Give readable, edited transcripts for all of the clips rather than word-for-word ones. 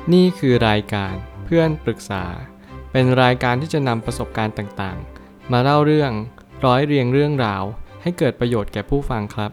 นี่คือรายการเพื่อนปรึกษาเป็นรายการที่จะนำประสบการณ์ต่างๆมาเล่าเรื่องร้อยเรียงเรื่องราวให้เกิดประโยชน์แก่ผู้ฟังครับ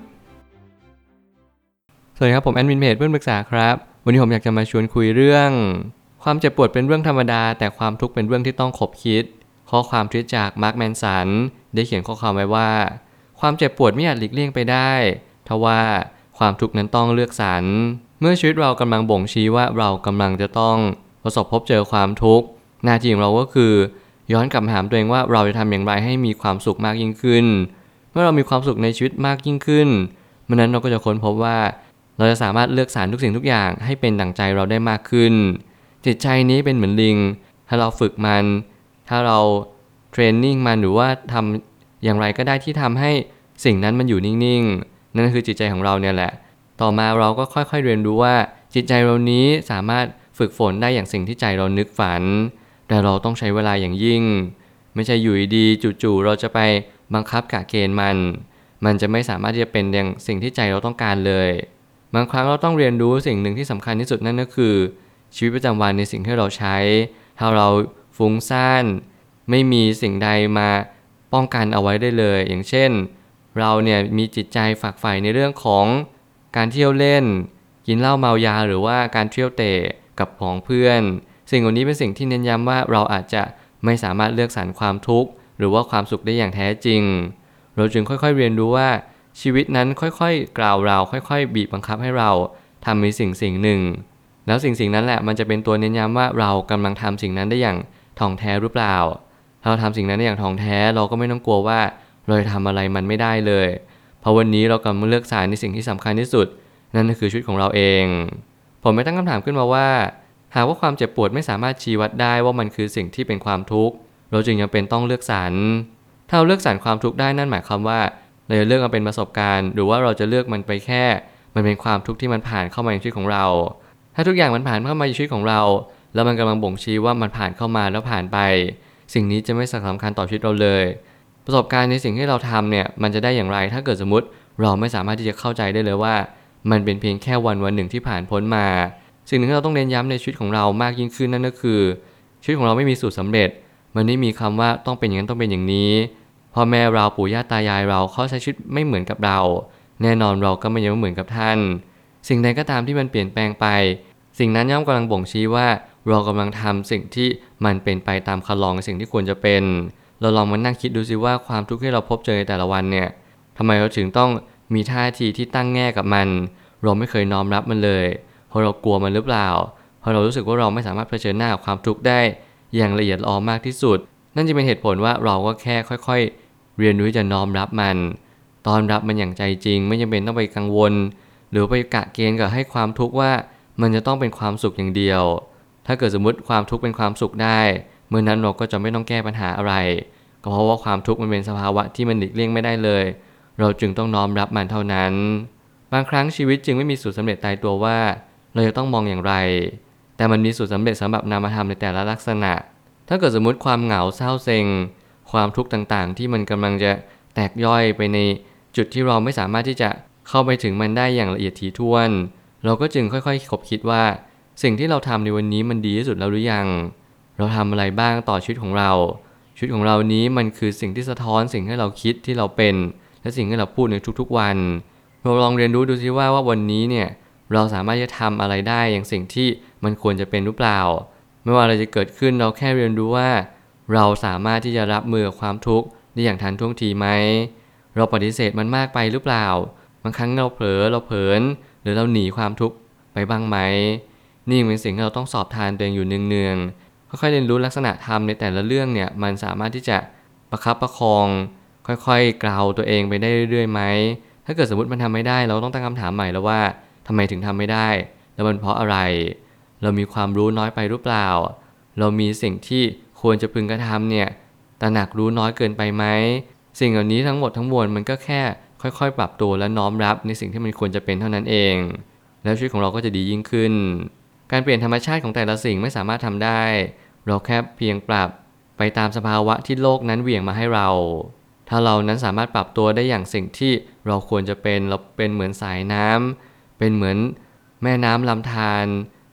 สวัสดีครับผมแอดมินเพจเพื่อนปรึกษาครับวันนี้ผมอยากจะมาชวนคุยเรื่องความเจ็บปวดเป็นเรื่องธรรมดาแต่ความทุกข์เป็นเรื่องที่ต้องขบคิดข้อความทวิตจากมาร์คแมนสันได้เขียนข้อความไว้ว่าความเจ็บปวดไม่อาจหลีกเลี่ยงไปได้ทว่าความทุกข์นั้นต้องเลือกสรรเมื่อชีวิตเรากำลังบ่งชี้ว่าเรากำลังจะต้องประสบพบเจอความทุกข์หน้าที่ของเราก็คือย้อนกลับมาถามตัวเองว่าเราจะทำอย่างไรให้มีความสุขมากยิ่งขึ้นเมื่อเรามีความสุขในชีวิตมากยิ่งขึ้นเมื่อนั้นเราก็จะค้นพบว่าเราจะสามารถเลือกสรรทุกสิ่งทุกอย่างให้เป็นดั่งใจเราได้มากขึ้นจิตใจนี้เป็นเหมือนลิงถ้าเราฝึกมันถ้าเราเทรนนิ่งมันหรือว่าทำอย่างไรก็ได้ที่ทำให้สิ่งนั้นมันอยู่นิ่งๆนั่นคือจิตใจของเราเนี่ยแหละต่อมาเราก็ค่อยๆเรียนรู้ว่าจิตใจเรานี้สามารถฝึกฝนได้อย่างสิ่งที่ใจเรานึกฝันแต่เราต้องใช้เวลาอย่างยิ่งไม่ใช่อยู่ดีๆจู่ๆเราจะไปบังคับกะเกณฑ์มันจะไม่สามารถที่จะเป็นอย่างสิ่งที่ใจเราต้องการเลยบางครั้งเราต้องเรียนรู้สิ่งหนึ่งที่สำคัญที่สุดนั่นก็คือชีวิตประจำวันในสิ่งที่เราใช้ถ้าเราฟุ้งซ่านไม่มีสิ่งใดมาป้องกันเอาไว้ได้เลยอย่างเช่นเราเนี่ยมีจิตใจฝักใฝ่ในเรื่องของการเที่ยวเล่นกินเหล้าเมายาหรือว่าการเที่ยวเตะกับของเพื่อนสิ่งเหล่านี้เป็นสิ่งที่เน้นย้ำว่าเราอาจจะไม่สามารถเลือกสรรความทุกข์หรือว่าความสุขได้อย่างแท้จริงเราจึงค่อยๆเรียนรู้ว่าชีวิตนั้นค่อยๆกล่าวเราค่อยๆบีบบังคับให้เราทำในสิ่งหนึ่งแล้วสิ่งนั้นแหละมันจะเป็นตัวเน้นย้ำว่าเรากำลังทำสิ่งนั้นได้อย่างถ่องแท้หรือเปล่าถ้าเราทำสิ่งนั้นได้อย่างถ่องแท้เราก็ไม่ต้องกลัวว่าเราจะทำอะไรมันไม่ได้เลยเพราะวันนี้เรากำลังเลือกสรรในสิ่งที่สำคัญที่สุดนั่นก็คือชีวิตของเราเองผมไม่ตั้งคำถามขึ้นมาว่าหากว่าความเจ็บปวดไม่สามารถชี้วัดได้ว่ามันคือสิ่งที่เป็นความทุกข์เราจึงยังเป็นต้องเลือกสรรถ้าเราเลือกสรรความทุกข์ได้นั่นหมายความว่าเราจะเลือกมันเป็นประสบการณ์หรือว่าเราจะเลือกมันไปแค่มันเป็นความทุกข์ที่มันผ่านเข้ามาในชีวิตของเราถ้าทุกอย่างมันผ่านเข้ามาในชีวิตของเราแล้วมันกำลังบ่งชี้ว่ามันผ่านเข้ามาแล้วผ่านไปสิ่งนี้จะไม่สำคัญต่อชีวิตเราเลยประสบการณ์ในสิ่งที่เราทำเนี่ยมันจะได้อย่างไรถ้าเกิดสมมติเราไม่สามารถที่จะเข้าใจได้เลยว่ามันเป็นเพียงแค่วันหนึ่งที่ผ่านพ้นมาสิ่งหนึ่งที่เราต้องเน้นย้ำในชีวิตของเรามากยิ่งขึ้นนั่นก็คือชีวิตของเราไม่มีสูตรสำเร็จมันไม่มีคำว่าต้องเป็นอย่างนั้นต้องเป็นอย่างนี้พ่อแม่เราปู่ย่าตายายเราเขาใช้ชีวิตไม่เหมือนกับเราแน่นอนเราก็ไม่เหมือนกับท่านสิ่งใดก็ตามที่มันเปลี่ยนแปลงไปสิ่งนั้นย่อมกำลังบ่งชี้ว่าเรากำลังทำสิ่งที่มันเป็นไปตามคันลองสิ่งที่ควรจะเป็นเราลองมานั่งคิดดูสิว่าความทุกข์ที่เราพบเจอในแต่ละวันเนี่ยทำไมเราถึงต้องมีท่าทีที่ตั้งแง่กับมันเราไม่เคยน้อมรับมันเลยเพราะเรากลัวมันหรือเปล่าเพราะเรารู้สึกว่าเราไม่สามารถเผชิญหน้ากับความทุกข์ได้อย่างละเอียดอ่อนมากที่สุดนั่นจะเป็นเหตุผลว่าเราก็แค่ค่อยๆเรียนรู้ที่จะน้อมรับมันต้อนรับมันอย่างใจจริงไม่จำเป็นต้องไปกังวลหรือไปกะเกณฑ์กับให้ความทุกข์ว่ามันจะต้องเป็นความสุขอย่างเดียวถ้าเกิดสมมติความทุกข์เป็นความสุขได้เมื่อนั้นเราก็จะไม่ต้องแก้ปัญหาอะไรก็เพราะว่าความทุกข์มันเป็นสภาวะที่มันหลีกเลี่ยงไม่ได้เลยเราจึงต้องน้อมรับมันเท่านั้นบางครั้งชีวิตจึงไม่มีสูตรสำเร็จตายตัวว่าเราจะต้องมองอย่างไรแต่มันมีสูตรสำเร็จสำหรับนามธรรมในแต่ละลักษณะถ้าเกิดสมมติความเหงาเศร้าเซ็งความทุกข์ต่างๆที่มันกำลังจะแตกย่อยไปในจุดที่เราไม่สามารถที่จะเข้าไปถึงมันได้อย่างละเอียดถี่ถ้วนเราก็จึงค่อยๆคบคิดว่าสิ่งที่เราทำในวันนี้มันดีที่สุดแล้วหรือยังเราทำอะไรบ้างต่อชีวิตของเราชีวิตของเรานี้มันคือสิ่งที่สะท้อนสิ่งที่เราคิดที่เราเป็นและสิ่งที่เราพูดในทุกๆวันเราลองเรียนรู้ดูซิว่าวันนี้เนี่ยเราสามารถจะทำอะไรได้อย่างสิ่งที่มันควรจะเป็นหรือเปล่าไม่ว่าอะไรจะเกิดขึ้นเราแค่เรียนรู้ว่าเราสามารถที่จะรับมือกับความทุกข์ได้อย่างทันท่วงทีไหมเราปฏิเสธมันมากไปหรือเปล่าบางครั้งเราเผลอเราเผลอหรือเราหนีความทุกข์ไปบ้างไหมนี่เป็นสิ่งที่เราต้องสอบทานตัวเองอยู่เนืองๆค่อยๆเรียนรู้ลักษณะธรรมในแต่ละเรื่องเนี่ยมันสามารถที่จะประคับประคองค่อยๆกล่าวตัวเองไปได้เรื่อยๆไหมถ้าเกิดสมมติมันทำไม่ได้เราต้องตั้งคำถามใหม่แล้วว่าทำไมถึงทำไม่ได้แล้วมันเพราะอะไรเรามีความรู้น้อยไปหรือเปล่าเรามีสิ่งที่ควรจะพึงกระทำเนี่ยตระหนักรู้น้อยเกินไปไหมสิ่งเหล่านี้ทั้งหมดทั้งมวลมันก็แค่ค่อยๆปรับตัวและน้อมรับในสิ่งที่มันควรจะเป็นเท่านั้นเองแล้วชีวิตของเราก็จะดียิ่งขึ้นการเปลี่ยนธรรมชาติของแต่ละสิ่งไม่สามารถทำได้เราแค่เพียงปรับไปตามสภาวะที่โลกนั้นเหวี่ยงมาให้เราถ้าเรานั้นสามารถปรับตัวได้อย่างสิ่งที่เราควรจะเป็นเราเป็นเหมือนสายน้ำเป็นเหมือนแม่น้ำลำธาร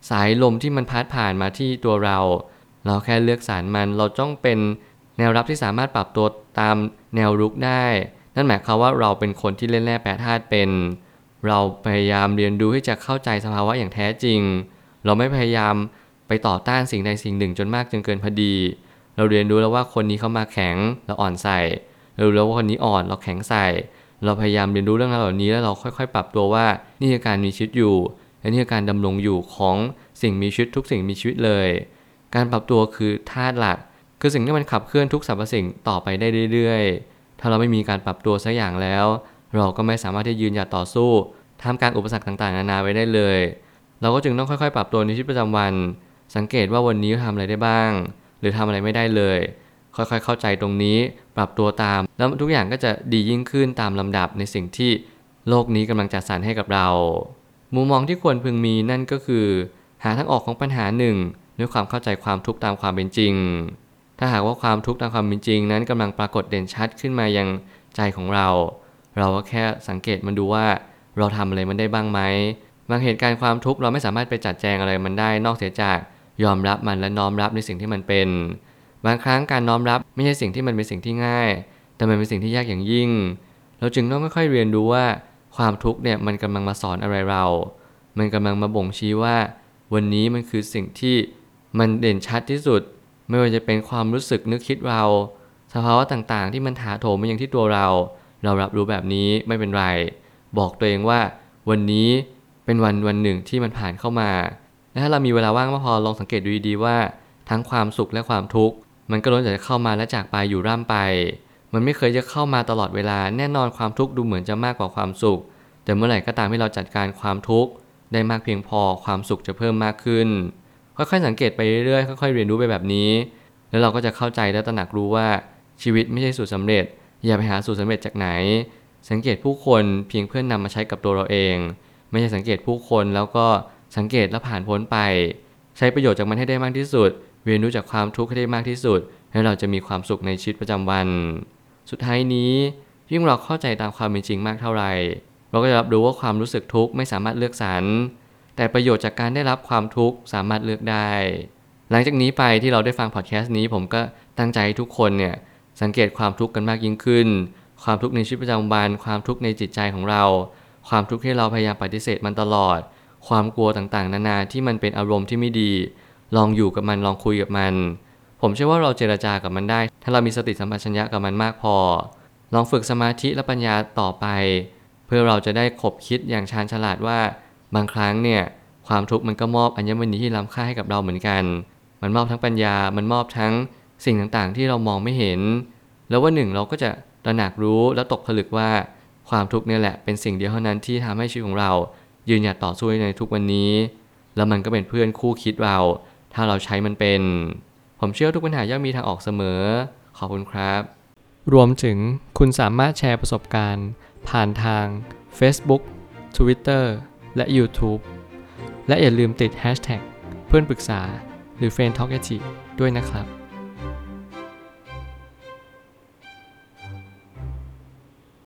สายลมที่มันพัดผ่านมาที่ตัวเราแค่เลือกสารมันเราต้องเป็นแนวรับที่สามารถปรับตัวตามแนวรุกได้นั่นหมายความว่าเราเป็นคนที่เล่นแร่แปรธาตุเป็นเราพยายามเรียนรู้ที่จะเข้าใจสภาวะอย่างแท้จริงเราไม่พยายามไปต่อต้านสิ่งใดสิ่งหนึ่งจนมากจนเกินพอดีเราเรียนรู้แล้วว่าคนนี้เขามาแข็งเราอ่อนใส่เรารู้แล้วว่าคนนี้อ่อนเราแข็งใส่เราพยายามเรียนรู้เรื่องราวเหล่านี้แล้วเราค่อยๆปรับตัวว่านี่คือการมีชีวิตอยู่และนี่คือการดำรงอยู่ของสิ่งมีชีวิตทุกสิ่งมีชีวิตเลยการปรับตัวคือธาตุหลักคือสิ่งที่มันขับเคลื่อนทุกสรรพสิ่งต่อไปได้เรื่อยๆถ้าเราไม่มีการปรับตัวสักอย่างแล้วเราก็ไม่สามารถที่จะยืนหยัดต่อสู้ท่ามกลางอุปสรรคต่างๆนานาไว้ได้เลยเราก็จึงต้องค่อยๆปรับตัวในชีวิตประจำวันสังเกตว่าวันนี้ทำอะไรได้บ้างหรือทำอะไรไม่ได้เลยค่อยๆเข้าใจตรงนี้ปรับตัวตามแล้วทุกอย่างก็จะดียิ่งขึ้นตามลำดับในสิ่งที่โลกนี้กำลังจัดสรรให้กับเรามุมมองที่ควรพึงมีนั่นก็คือหาทางออกของปัญหาหนึ่งด้วยความเข้าใจความทุกข์ตามความเป็นจริงถ้าหากว่าความทุกข์ตามความเป็นจริงนั้นกำลังปรากฏเด่นชัดขึ้นมายังใจของเราก็แค่สังเกตมันดูว่าเราทำอะไรมันได้บ้างไหมบางเหตุการณ์ความทุกข์เราไม่สามารถไปจัดแจงอะไรมันได้นอกเสียจากยอมรับมันและน้อมรับในสิ่งที่มันเป็นบางครั้งการน้อมรับไม่ใช่สิ่งที่มันเป็นสิ่งที่ง่ายแต่มันเป็นสิ่งที่ยากอย่างยิ่งเราจึงต้องค่อยๆเรียนรู้ว่าความทุกข์เนี่ยมันกำลังมาสอนอะไรมันกำลังมาบ่งชี้ว่าวันนี้มันคือสิ่งที่มันเด่นชัดที่สุดไม่ว่าจะเป็นความรู้สึกนึกคิดเราสภาวะต่างๆที่มันถาโถมมายังที่ตัวเรารับรู้แบบนี้ไม่เป็นไรบอกตัวเองว่าวันนี้เป็นวันหนึ่งที่มันผ่านเข้ามาและถ้าเรามีเวลาว่างพอลองสังเกตดูดีๆว่าทั้งความสุขและความทุกข์มันก็ล้วนแต่จะเข้ามาและจากไปอยู่ร่ำไปมันไม่เคยจะเข้ามาตลอดเวลาแน่นอนความทุกข์ดูเหมือนจะมากกว่าความสุขแต่เมื่อไหร่ก็ตามที่เราจัดการความทุกข์ได้มากเพียงพอความสุขจะเพิ่มมากขึ้นค่อยๆสังเกตไปเรื่อยๆค่อยๆเรียนรู้ไปแบบนี้แล้วเราก็จะเข้าใจและตระหนักรู้ว่าชีวิตไม่ใช่สูตรสำเร็จอย่าไปหาสูตรสำเร็จจากไหนสังเกตผู้คนเพียงเพื่อนนำมาใช้กับตัวเราเองไม่ใช่สังเกตผู้คนแล้วก็สังเกตและผ่านพ้นไปใช้ประโยชน์จากมันให้ได้มากที่สุดเรียนรู้จากความทุกข์ให้ได้มากที่สุดให้เราจะมีความสุขในชีวิตประจำวันสุดท้ายนี้ยิ่งเราเข้าใจตามความเป็นจริงมากเท่าไหร่เราก็จะรับรู้ว่าความรู้สึกทุกข์ไม่สามารถเลือกสรรแต่ประโยชน์จากการได้รับความทุกข์สามารถเลือกได้หลังจากนี้ไปที่เราได้ฟังพอดแคสต์นี้ผมก็ตั้งใจให้ทุกคนเนี่ยสังเกตความทุกข์กันมากยิ่งขึ้นความทุกข์ในชีวิตประจำวันความทุกข์ในจิตใจของเราความทุกข์ที่เราพยายามปฏิเสธมันตลอดความกลัวต่างๆนานาที่มันเป็นอารมณ์ที่ไม่ดีลองอยู่กับมันลองคุยกับมันผมเชื่อว่าเราเจรจากับมันได้ถ้าเรามีสติสัมปชัญญะกับมันมากพอลองฝึกสมาธิและปัญญาต่อไปเพื่อเราจะได้คบคิดอย่างชาญฉลาดว่าบางครั้งเนี่ยความทุกข์มันก็มอบอัญมณีที่ล้ำค่าให้กับเราเหมือนกันมันมอบทั้งปัญญามันมอบทั้งสิ่งต่างๆที่เรามองไม่เห็นแล้ววันหนึ่งเราก็จะตระหนักรู้และตกผลึกว่าความทุกข์เนี่ยแหละเป็นสิ่งเดียวเท่านั้นที่ทำให้ชีวิตของเรายืนหยัดต่อสู้ในทุกวันนี้แล้วมันก็เป็นเพื่อนคู่คิดเราถ้าเราใช้มันเป็นผมเชื่อทุกปัญหาย่อมมีทางออกเสมอขอบคุณครับรวมถึงคุณสามารถแชร์ประสบการณ์ผ่านทาง Facebook Twitter และ YouTube และอย่าลืมติด Hashtag เพื่อนปรึกษาหรือ Friend Talk ด้วยนะครับ